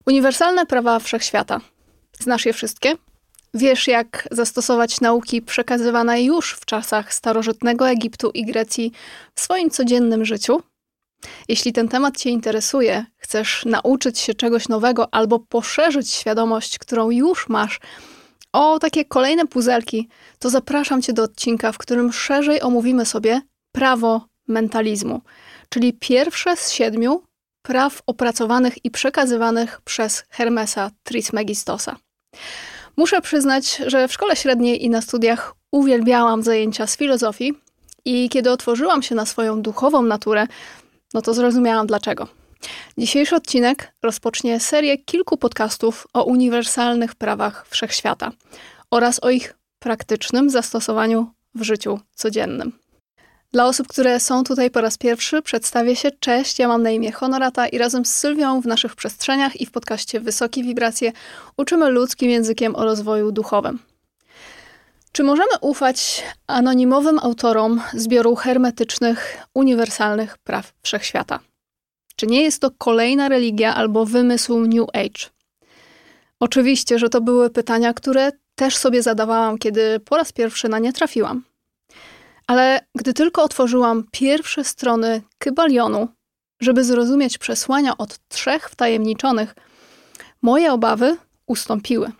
Uniwersalne prawa wszechświata. Znasz je wszystkie? Wiesz, jak zastosować nauki przekazywane już w czasach starożytnego Egiptu i Grecji w swoim codziennym życiu? Jeśli ten temat Cię interesuje, chcesz nauczyć się czegoś nowego albo poszerzyć świadomość, którą już masz, o takie kolejne puzelki, to zapraszam Cię do odcinka, w którym szerzej omówimy sobie prawo mentalizmu, czyli pierwsze z 7 praw opracowanych i przekazywanych przez Hermesa Trismegistosa. Muszę przyznać, że w szkole średniej i na studiach uwielbiałam zajęcia z filozofii i kiedy otworzyłam się na swoją duchową naturę, no to zrozumiałam dlaczego. Dzisiejszy odcinek rozpocznie serię kilku podcastów o uniwersalnych prawach wszechświata oraz o ich praktycznym zastosowaniu w życiu codziennym. Dla osób, które są tutaj po raz pierwszy, przedstawię się. Cześć, ja mam na imię Honorata i razem z Sylwią w naszych przestrzeniach i w podcaście Wysokie Wibracje uczymy ludzkim językiem o rozwoju duchowym. Czy możemy ufać anonimowym autorom zbioru hermetycznych, uniwersalnych praw wszechświata? Czy nie jest to kolejna religia albo wymysł New Age? Oczywiście, że to były pytania, które też sobie zadawałam, kiedy po raz pierwszy na nie trafiłam. Ale gdy tylko otworzyłam pierwsze strony Kybalionu, żeby zrozumieć przesłania od 3 wtajemniczonych, moje obawy ustąpiły.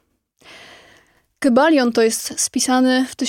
Kybalion to jest spisany w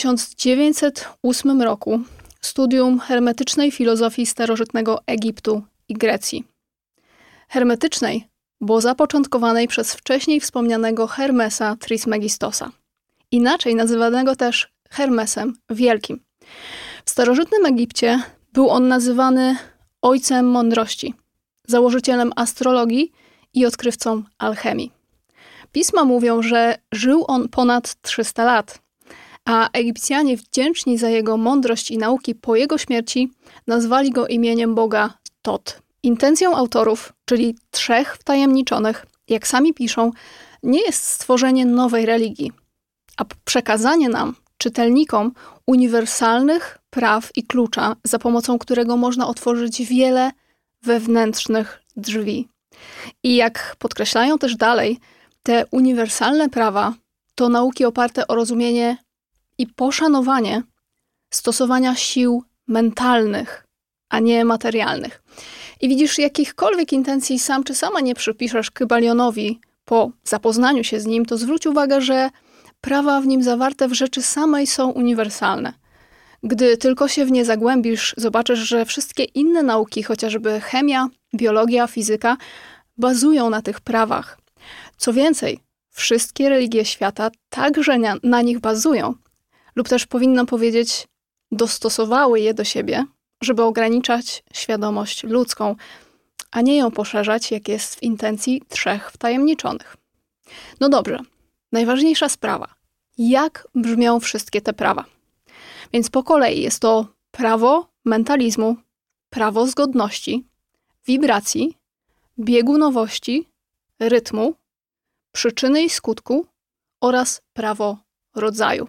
1908 roku studium hermetycznej filozofii starożytnego Egiptu i Grecji. Hermetycznej, bo zapoczątkowanej przez wcześniej wspomnianego Hermesa Trismegistosa. Inaczej nazywanego też Hermesem Wielkim. W starożytnym Egipcie był on nazywany ojcem mądrości, założycielem astrologii i odkrywcą alchemii. Pisma mówią, że żył on ponad 300 lat, a Egipcjanie wdzięczni za jego mądrość i nauki po jego śmierci nazwali go imieniem boga Tot. Intencją autorów, czyli 3 wtajemniczonych, jak sami piszą, nie jest stworzenie nowej religii, a przekazanie nam, czytelnikom, uniwersalnych praw i klucza, za pomocą którego można otworzyć wiele wewnętrznych drzwi. I jak podkreślają też dalej, te uniwersalne prawa to nauki oparte o rozumienie i poszanowanie stosowania sił mentalnych, a nie materialnych. I widzisz, jakichkolwiek intencji sam czy sama nie przypiszesz Kybalionowi po zapoznaniu się z nim, to zwróć uwagę, że prawa w nim zawarte w rzeczy samej są uniwersalne. Gdy tylko się w nie zagłębisz, zobaczysz, że wszystkie inne nauki, chociażby chemia, biologia, fizyka, bazują na tych prawach. Co więcej, wszystkie religie świata także na nich bazują. Lub też powinnam powiedzieć, dostosowały je do siebie, żeby ograniczać świadomość ludzką, a nie ją poszerzać, jak jest w intencji 3 wtajemniczonych. No dobrze. Najważniejsza sprawa. Jak brzmią wszystkie te prawa? Więc po kolei jest to prawo mentalizmu, prawo zgodności, wibracji, biegunowości, rytmu, przyczyny i skutku oraz prawo rodzaju.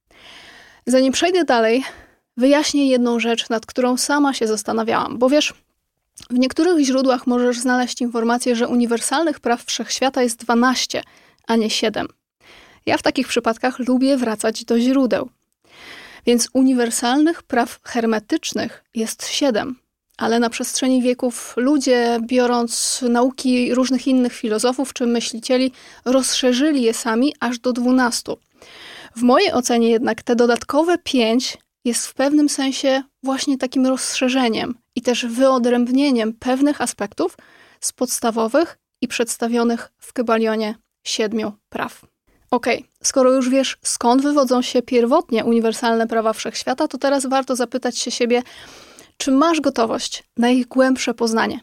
Zanim przejdę dalej, wyjaśnię jedną rzecz, nad którą sama się zastanawiałam, bo wiesz, w niektórych źródłach możesz znaleźć informację, że uniwersalnych praw wszechświata jest 12, a nie 7. Ja w takich przypadkach lubię wracać do źródeł. Więc uniwersalnych praw hermetycznych jest 7, ale na przestrzeni wieków ludzie, biorąc nauki różnych innych filozofów czy myślicieli, rozszerzyli je sami aż do 12. W mojej ocenie jednak te dodatkowe 5 jest w pewnym sensie właśnie takim rozszerzeniem i też wyodrębnieniem pewnych aspektów z podstawowych i przedstawionych w Kybalionie 7 praw. Okej, skoro już wiesz, skąd wywodzą się pierwotnie uniwersalne prawa wszechświata, to teraz warto zapytać się siebie, czy masz gotowość na ich głębsze poznanie.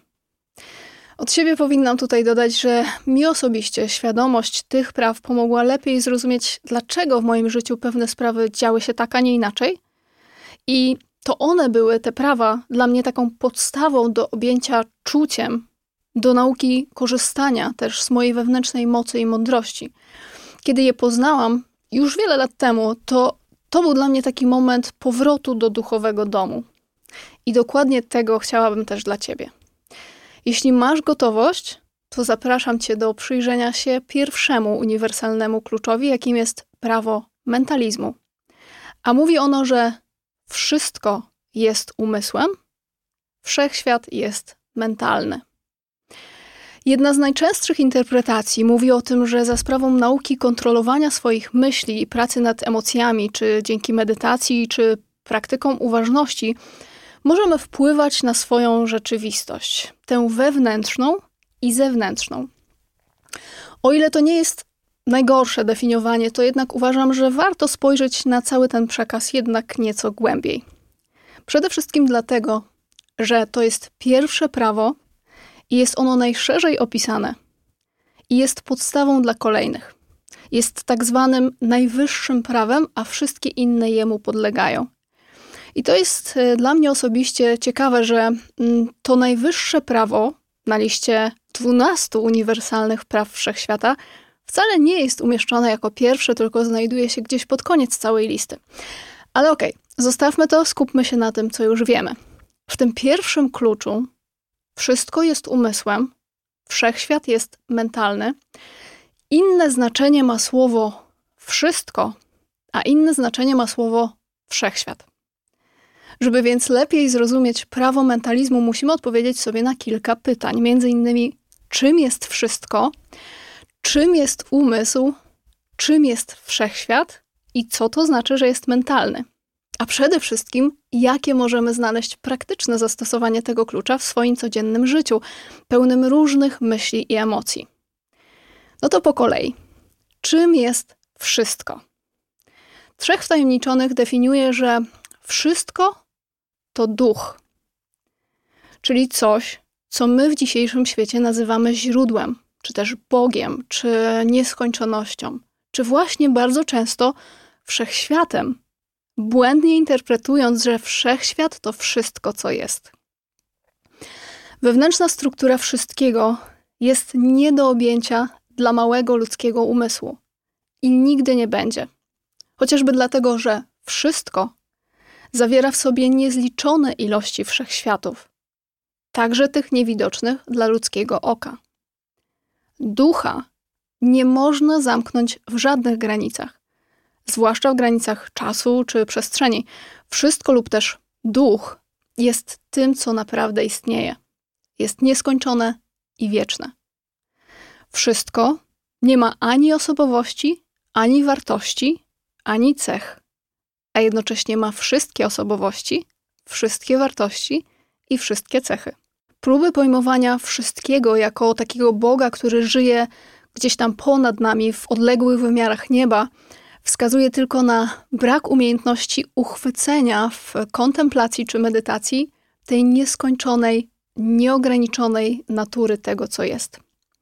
Od siebie powinnam tutaj dodać, że mi osobiście świadomość tych praw pomogła lepiej zrozumieć, dlaczego w moim życiu pewne sprawy działy się tak, a nie inaczej. I to one były, te prawa, dla mnie taką podstawą do objęcia czuciem, do nauki korzystania też z mojej wewnętrznej mocy i mądrości. Kiedy je poznałam już wiele lat temu, to był dla mnie taki moment powrotu do duchowego domu. I dokładnie tego chciałabym też dla Ciebie. Jeśli masz gotowość, to zapraszam Cię do przyjrzenia się pierwszemu uniwersalnemu kluczowi, jakim jest prawo mentalizmu. A mówi ono, że wszystko jest umysłem, wszechświat jest mentalny. Jedna z najczęstszych interpretacji mówi o tym, że za sprawą nauki kontrolowania swoich myśli i pracy nad emocjami, czy dzięki medytacji, czy praktykom uważności, możemy wpływać na swoją rzeczywistość, tę wewnętrzną i zewnętrzną. O ile to nie jest najgorsze definiowanie, to jednak uważam, że warto spojrzeć na cały ten przekaz jednak nieco głębiej. Przede wszystkim dlatego, że to jest pierwsze prawo i jest ono najszerzej opisane i jest podstawą dla kolejnych. Jest tak zwanym najwyższym prawem, a wszystkie inne jemu podlegają. I to jest dla mnie osobiście ciekawe, że to najwyższe prawo na liście 12 uniwersalnych praw wszechświata wcale nie jest umieszczone jako pierwsze, tylko znajduje się gdzieś pod koniec całej listy. Ale okej, zostawmy to, skupmy się na tym, co już wiemy. W tym pierwszym kluczu wszystko jest umysłem, wszechświat jest mentalny. Inne znaczenie ma słowo wszystko, a inne znaczenie ma słowo wszechświat. Żeby więc lepiej zrozumieć prawo mentalizmu, musimy odpowiedzieć sobie na kilka pytań. Między innymi, czym jest wszystko, czym jest umysł, czym jest wszechświat i co to znaczy, że jest mentalny. A przede wszystkim, jakie możemy znaleźć praktyczne zastosowanie tego klucza w swoim codziennym życiu, pełnym różnych myśli i emocji. No to po kolei. Czym jest wszystko? Trzech wtajemniczonych definiuje, że wszystko to duch, czyli coś, co my w dzisiejszym świecie nazywamy źródłem, czy też Bogiem, czy nieskończonością, czy właśnie bardzo często wszechświatem, błędnie interpretując, że wszechświat to wszystko, co jest. Wewnętrzna struktura wszystkiego jest nie do objęcia dla małego ludzkiego umysłu i nigdy nie będzie. Chociażby dlatego, że wszystko zawiera w sobie niezliczone ilości wszechświatów, także tych niewidocznych dla ludzkiego oka. Ducha nie można zamknąć w żadnych granicach, zwłaszcza w granicach czasu czy przestrzeni. Wszystko lub też duch jest tym, co naprawdę istnieje. Jest nieskończone i wieczne. Wszystko nie ma ani osobowości, ani wartości, ani cech, a jednocześnie ma wszystkie osobowości, wszystkie wartości i wszystkie cechy. Próby pojmowania wszystkiego jako takiego Boga, który żyje gdzieś tam ponad nami w odległych wymiarach nieba, wskazuje tylko na brak umiejętności uchwycenia w kontemplacji czy medytacji tej nieskończonej, nieograniczonej natury tego, co jest.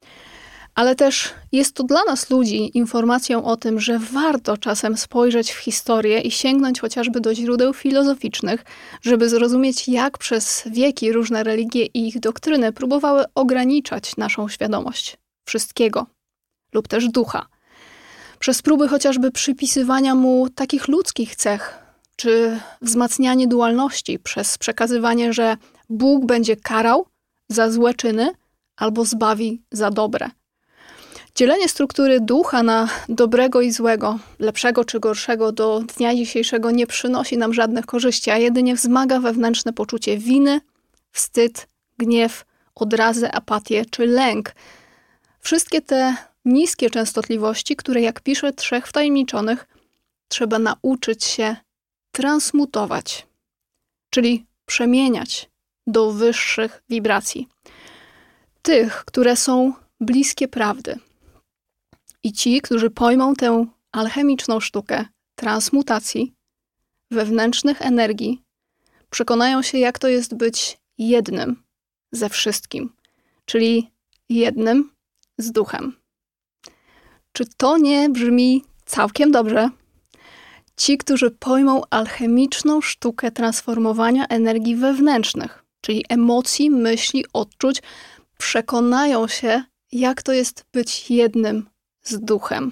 Ale też jest to dla nas ludzi informacją o tym, że warto czasem spojrzeć w historię i sięgnąć chociażby do źródeł filozoficznych, żeby zrozumieć, jak przez wieki różne religie i ich doktryny próbowały ograniczać naszą świadomość wszystkiego lub też ducha. Przez próby chociażby przypisywania mu takich ludzkich cech, czy wzmacnianie dualności przez przekazywanie, że Bóg będzie karał za złe czyny albo zbawi za dobre. Dzielenie struktury ducha na dobrego i złego, lepszego czy gorszego do dnia dzisiejszego nie przynosi nam żadnych korzyści, a jedynie wzmaga wewnętrzne poczucie winy, wstyd, gniew, odrazę, apatię czy lęk. Wszystkie te niskie częstotliwości, które jak pisze Trzech Wtajemniczonych, trzeba nauczyć się transmutować, czyli przemieniać do wyższych wibracji. Tych, które są bliskie prawdy. I ci, którzy pojmą tę alchemiczną sztukę transmutacji wewnętrznych energii, przekonają się, jak to jest być jednym ze wszystkim, czyli jednym z duchem. Czy to nie brzmi całkiem dobrze? Ci, którzy pojmą alchemiczną sztukę transformowania energii wewnętrznych, czyli emocji, myśli, odczuć, przekonają się, jak to jest być jednym z duchem.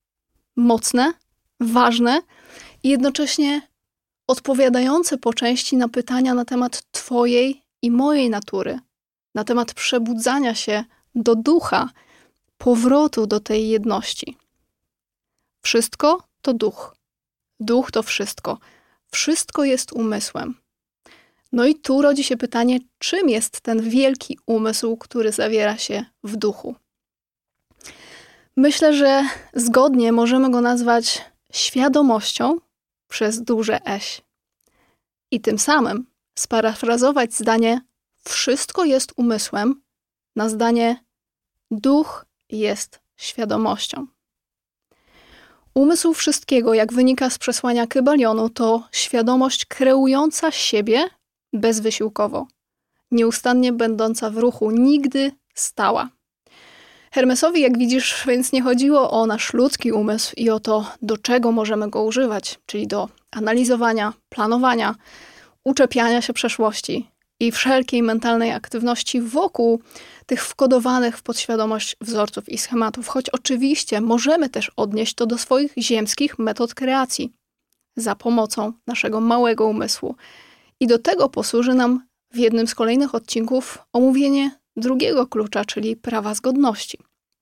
Mocne, ważne i jednocześnie odpowiadające po części na pytania na temat twojej i mojej natury, na temat przebudzania się do ducha, powrotu do tej jedności. Wszystko to duch. Duch to wszystko. Wszystko jest umysłem. No i tu rodzi się pytanie, czym jest ten wielki umysł, który zawiera się w duchu? Myślę, że zgodnie możemy go nazwać świadomością przez duże eś. I tym samym sparafrazować zdanie wszystko jest umysłem na zdanie duch jest świadomością. Umysł wszystkiego, jak wynika z przesłania Kybalionu, to świadomość kreująca siebie bezwysiłkowo, nieustannie będąca w ruchu, nigdy stała. Hermesowi, jak widzisz, więc nie chodziło o nasz ludzki umysł i o to, do czego możemy go używać, czyli do analizowania, planowania, uczepiania się przeszłości i wszelkiej mentalnej aktywności wokół tych wkodowanych w podświadomość wzorców i schematów, choć oczywiście możemy też odnieść to do swoich ziemskich metod kreacji za pomocą naszego małego umysłu. I do tego posłuży nam w jednym z kolejnych odcinków omówienie drugiego klucza, czyli prawa zgodności.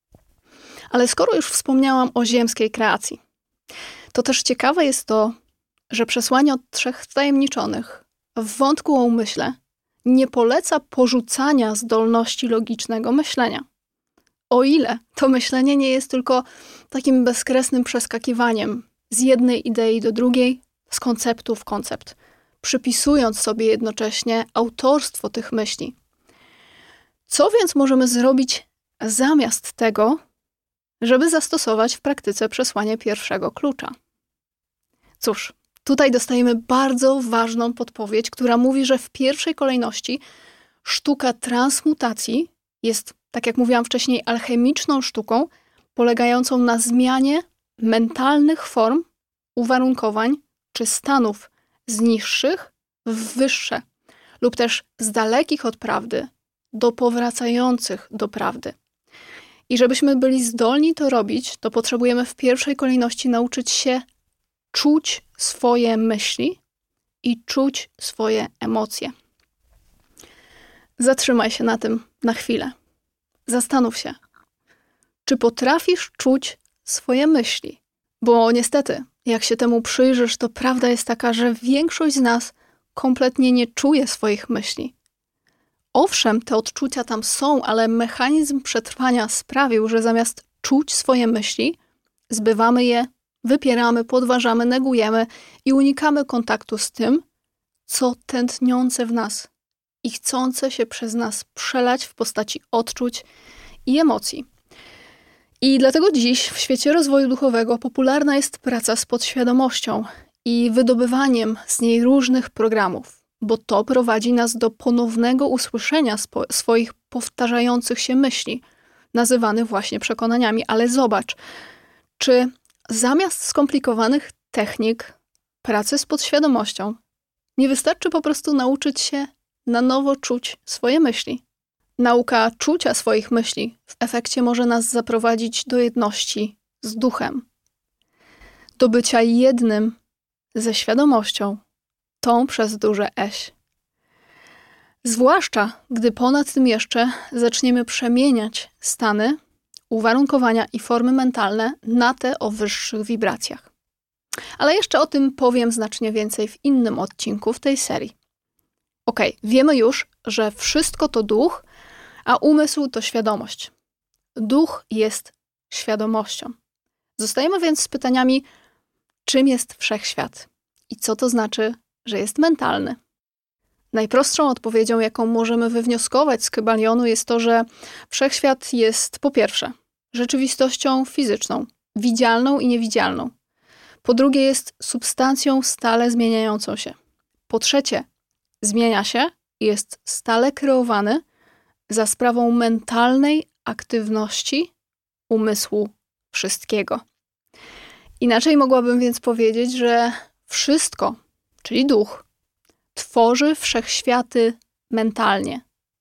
Ale skoro już wspomniałam o ziemskiej kreacji, to też ciekawe jest to, że przesłanie od trzech wtajemniczonych w wątku o umyśle nie poleca porzucania zdolności logicznego myślenia. O ile to myślenie nie jest tylko takim bezkresnym przeskakiwaniem z jednej idei do drugiej, z konceptu w koncept, przypisując sobie jednocześnie autorstwo tych myśli. Co więc możemy zrobić zamiast tego, żeby zastosować w praktyce przesłanie pierwszego klucza? Cóż, tutaj dostajemy bardzo ważną podpowiedź, która mówi, że w pierwszej kolejności sztuka transmutacji jest, tak jak mówiłam wcześniej, alchemiczną sztuką polegającą na zmianie mentalnych form, uwarunkowań czy stanów z niższych w wyższe lub też z dalekich od prawdy do powracających do prawdy. I żebyśmy byli zdolni to robić, to potrzebujemy w pierwszej kolejności nauczyć się czuć swoje myśli i czuć swoje emocje. Zatrzymaj się na tym na chwilę. Zastanów się, czy potrafisz czuć swoje myśli? Bo niestety, jak się temu przyjrzysz, to prawda jest taka, że większość z nas kompletnie nie czuje swoich myśli. Owszem, te odczucia tam są, ale mechanizm przetrwania sprawił, że zamiast czuć swoje myśli, zbywamy je, wypieramy, podważamy, negujemy i unikamy kontaktu z tym, co tętniące w nas i chcące się przez nas przelać w postaci odczuć i emocji. I dlatego dziś w świecie rozwoju duchowego popularna jest praca z podświadomością i wydobywaniem z niej różnych programów, bo to prowadzi nas do ponownego usłyszenia swoich powtarzających się myśli, nazywanych właśnie przekonaniami. Ale zobacz, czy zamiast skomplikowanych technik pracy z podświadomością nie wystarczy po prostu nauczyć się na nowo czuć swoje myśli? Nauka czucia swoich myśli w efekcie może nas zaprowadzić do jedności z duchem, do bycia jednym ze świadomością, tą przez duże eś. Zwłaszcza, gdy ponad tym jeszcze zaczniemy przemieniać stany, uwarunkowania i formy mentalne na te o wyższych wibracjach. Ale jeszcze o tym powiem znacznie więcej w innym odcinku w tej serii. Wiemy już, że wszystko to duch, a umysł to świadomość. Duch jest świadomością. Zostajemy więc z pytaniami, czym jest wszechświat i co to znaczy, że jest mentalny. Najprostszą odpowiedzią, jaką możemy wywnioskować z Kybalionu, jest to, że wszechświat jest po pierwsze rzeczywistością fizyczną, widzialną i niewidzialną. Po drugie jest substancją stale zmieniającą się. Po trzecie zmienia się i jest stale kreowany za sprawą mentalnej aktywności umysłu wszystkiego. Inaczej mogłabym więc powiedzieć, że wszystko, czyli duch, tworzy wszechświaty mentalnie.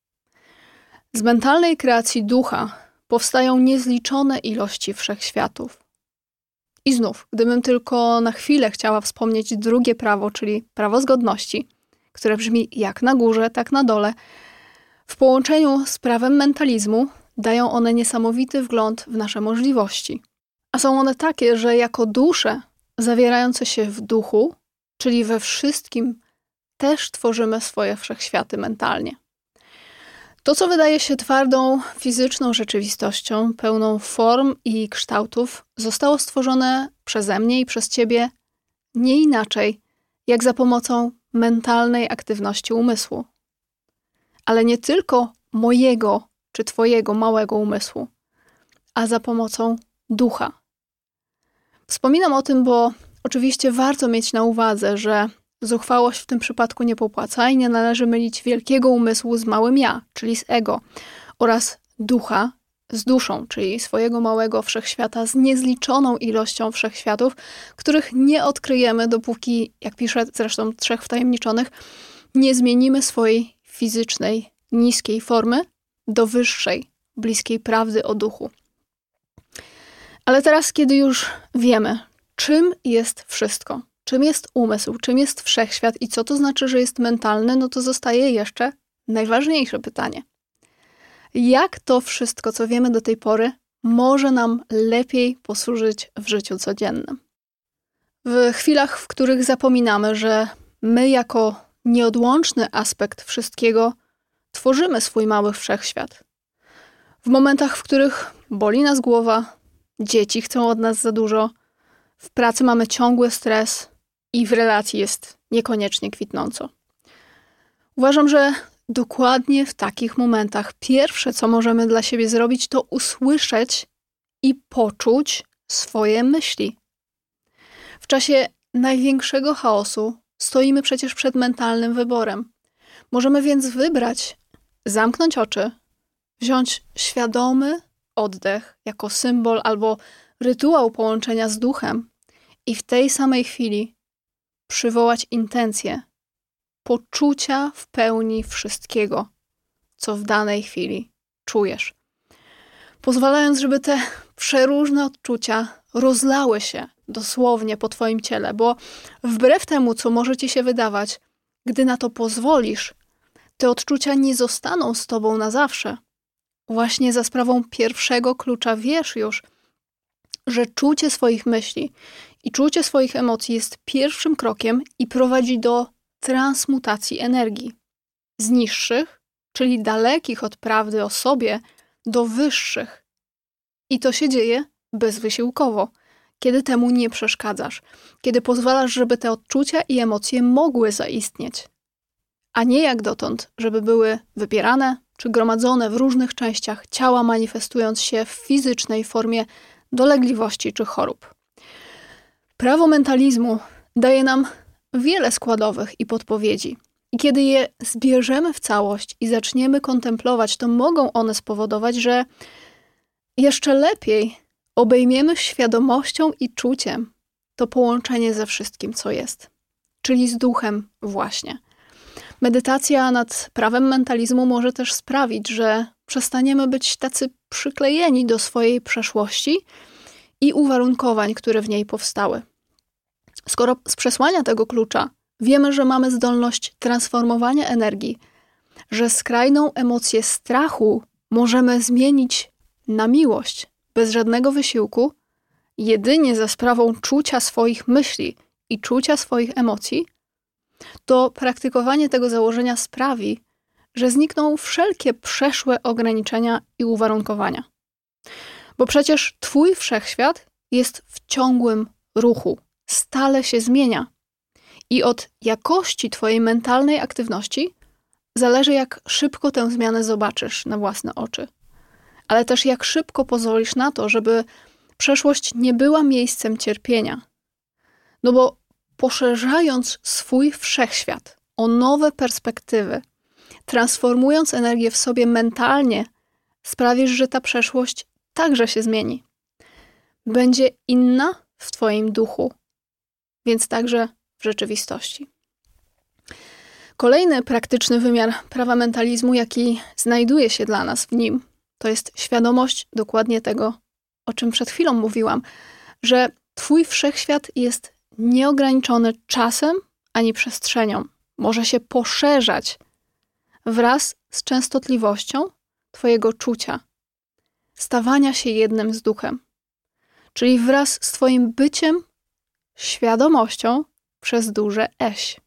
Z mentalnej kreacji ducha powstają niezliczone ilości wszechświatów. I znów, gdybym tylko na chwilę chciała wspomnieć drugie prawo, czyli prawo zgodności, które brzmi jak na górze, tak na dole, w połączeniu z prawem mentalizmu dają one niesamowity wgląd w nasze możliwości. A są one takie, że jako dusze zawierające się w duchu, czyli we wszystkim, też tworzymy swoje wszechświaty mentalnie. To, co wydaje się twardą, fizyczną rzeczywistością, pełną form i kształtów, zostało stworzone przeze mnie i przez Ciebie nie inaczej, jak za pomocą mentalnej aktywności umysłu. Ale nie tylko mojego czy Twojego małego umysłu, a za pomocą ducha. Wspominam o tym, bo oczywiście warto mieć na uwadze, że zuchwałość w tym przypadku nie popłaca i nie należy mylić wielkiego umysłu z małym ja, czyli z ego, oraz ducha z duszą, czyli swojego małego wszechświata z niezliczoną ilością wszechświatów, których nie odkryjemy, dopóki, jak pisze zresztą Trzech Wtajemniczonych, nie zmienimy swojej fizycznej, niskiej formy do wyższej, bliskiej prawdy o duchu. Ale teraz, kiedy już wiemy, czym jest wszystko, czym jest umysł, czym jest wszechświat i co to znaczy, że jest mentalny, no to zostaje jeszcze najważniejsze pytanie. Jak to wszystko, co wiemy do tej pory, może nam lepiej posłużyć w życiu codziennym? W chwilach, w których zapominamy, że my jako nieodłączny aspekt wszystkiego tworzymy swój mały wszechświat. W momentach, w których boli nas głowa, dzieci chcą od nas za dużo, w pracy mamy ciągły stres i w relacji jest niekoniecznie kwitnąco. Uważam, że dokładnie w takich momentach pierwsze, co możemy dla siebie zrobić, to usłyszeć i poczuć swoje myśli. W czasie największego chaosu stoimy przecież przed mentalnym wyborem. Możemy więc wybrać, zamknąć oczy, wziąć świadomy oddech jako symbol albo rytuał połączenia z duchem i w tej samej chwili przywołać intencję poczucia w pełni wszystkiego, co w danej chwili czujesz. Pozwalając, żeby te przeróżne odczucia rozlały się dosłownie po twoim ciele, bo wbrew temu, co może ci się wydawać, gdy na to pozwolisz, te odczucia nie zostaną z tobą na zawsze. Właśnie za sprawą pierwszego klucza wiesz już, że czucie swoich myśli i czucie swoich emocji jest pierwszym krokiem i prowadzi do transmutacji energii. Z niższych, czyli dalekich od prawdy o sobie, do wyższych. I to się dzieje bezwysiłkowo, kiedy temu nie przeszkadzasz, kiedy pozwalasz, żeby te odczucia i emocje mogły zaistnieć. A nie jak dotąd, żeby były wypierane czy gromadzone w różnych częściach ciała, manifestując się w fizycznej formie dolegliwości czy chorób. Prawo mentalizmu daje nam wiele składowych i podpowiedzi. I kiedy je zbierzemy w całość i zaczniemy kontemplować, to mogą one spowodować, że jeszcze lepiej obejmiemy świadomością i czuciem to połączenie ze wszystkim, co jest. Czyli z duchem właśnie. Medytacja nad prawem mentalizmu może też sprawić, że przestaniemy być tacy przyklejeni do swojej przeszłości i uwarunkowań, które w niej powstały. Skoro z przesłania tego klucza wiemy, że mamy zdolność transformowania energii, że skrajną emocję strachu możemy zmienić na miłość bez żadnego wysiłku, jedynie za sprawą czucia swoich myśli i czucia swoich emocji, to praktykowanie tego założenia sprawi, że znikną wszelkie przeszłe ograniczenia i uwarunkowania. Bo przecież twój wszechświat jest w ciągłym ruchu, stale się zmienia. I od jakości twojej mentalnej aktywności zależy, jak szybko tę zmianę zobaczysz na własne oczy. Ale też jak szybko pozwolisz na to, żeby przeszłość nie była miejscem cierpienia. No bo poszerzając swój wszechświat o nowe perspektywy, transformując energię w sobie mentalnie, sprawisz, że ta przeszłość także się zmieni. Będzie inna w twoim duchu, więc także w rzeczywistości. Kolejny praktyczny wymiar prawa mentalizmu, jaki znajduje się dla nas w nim, to jest świadomość dokładnie tego, o czym przed chwilą mówiłam, że twój wszechświat jest nieograniczony czasem ani przestrzenią. Może się poszerzać wraz z częstotliwością twojego czucia stawania się jednym z duchem. Czyli wraz z twoim byciem, świadomością przez duże eś.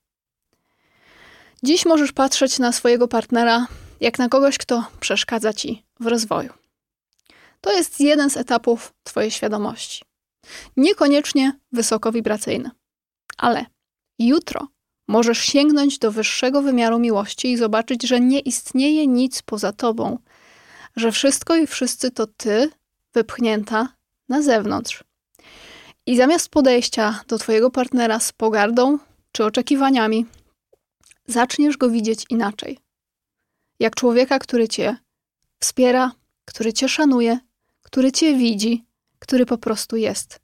Dziś możesz patrzeć na swojego partnera jak na kogoś, kto przeszkadza ci w rozwoju. To jest jeden z etapów twojej świadomości. Niekoniecznie wysokowibracyjny. Ale jutro możesz sięgnąć do wyższego wymiaru miłości i zobaczyć, że nie istnieje nic poza tobą, że wszystko i wszyscy to ty wypchnięta na zewnątrz. I zamiast podejścia do twojego partnera z pogardą czy oczekiwaniami, zaczniesz go widzieć inaczej. Jak człowieka, który cię wspiera, który cię szanuje, który cię widzi, który po prostu jest.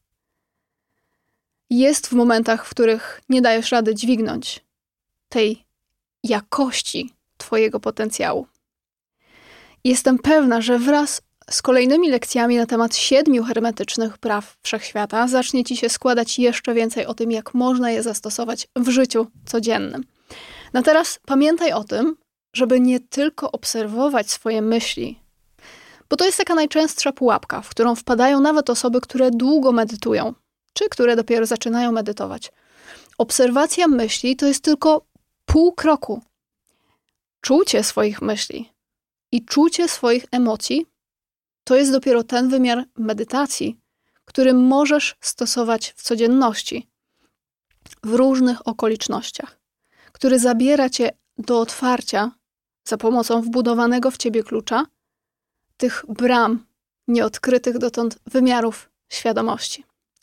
Jest w momentach, w których nie dajesz rady dźwignąć tej jakości twojego potencjału. Jestem pewna, że wraz z kolejnymi lekcjami na temat 7 hermetycznych praw wszechświata zacznie ci się składać jeszcze więcej o tym, jak można je zastosować w życiu codziennym. No teraz pamiętaj o tym, żeby nie tylko obserwować swoje myśli, bo to jest taka najczęstsza pułapka, w którą wpadają nawet osoby, które długo medytują, czy które dopiero zaczynają medytować. Obserwacja myśli to jest tylko pół kroku. Czucie swoich myśli i czucie swoich emocji to jest dopiero ten wymiar medytacji, który możesz stosować w codzienności, w różnych okolicznościach, który zabiera cię do otwarcia za pomocą wbudowanego w ciebie klucza tych bram nieodkrytych dotąd wymiarów świadomości.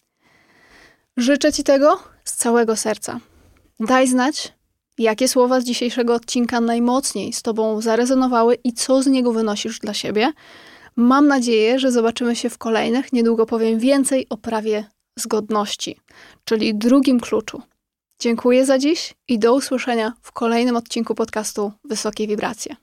Życzę ci tego z całego serca. Daj znać, jakie słowa z dzisiejszego odcinka najmocniej z tobą zarezonowały i co z niego wynosisz dla siebie. Mam nadzieję, że zobaczymy się w kolejnych. Niedługo powiem więcej o prawie zgodności, czyli drugim kluczu. Dziękuję za dziś i do usłyszenia w kolejnym odcinku podcastu Wysokie Wibracje.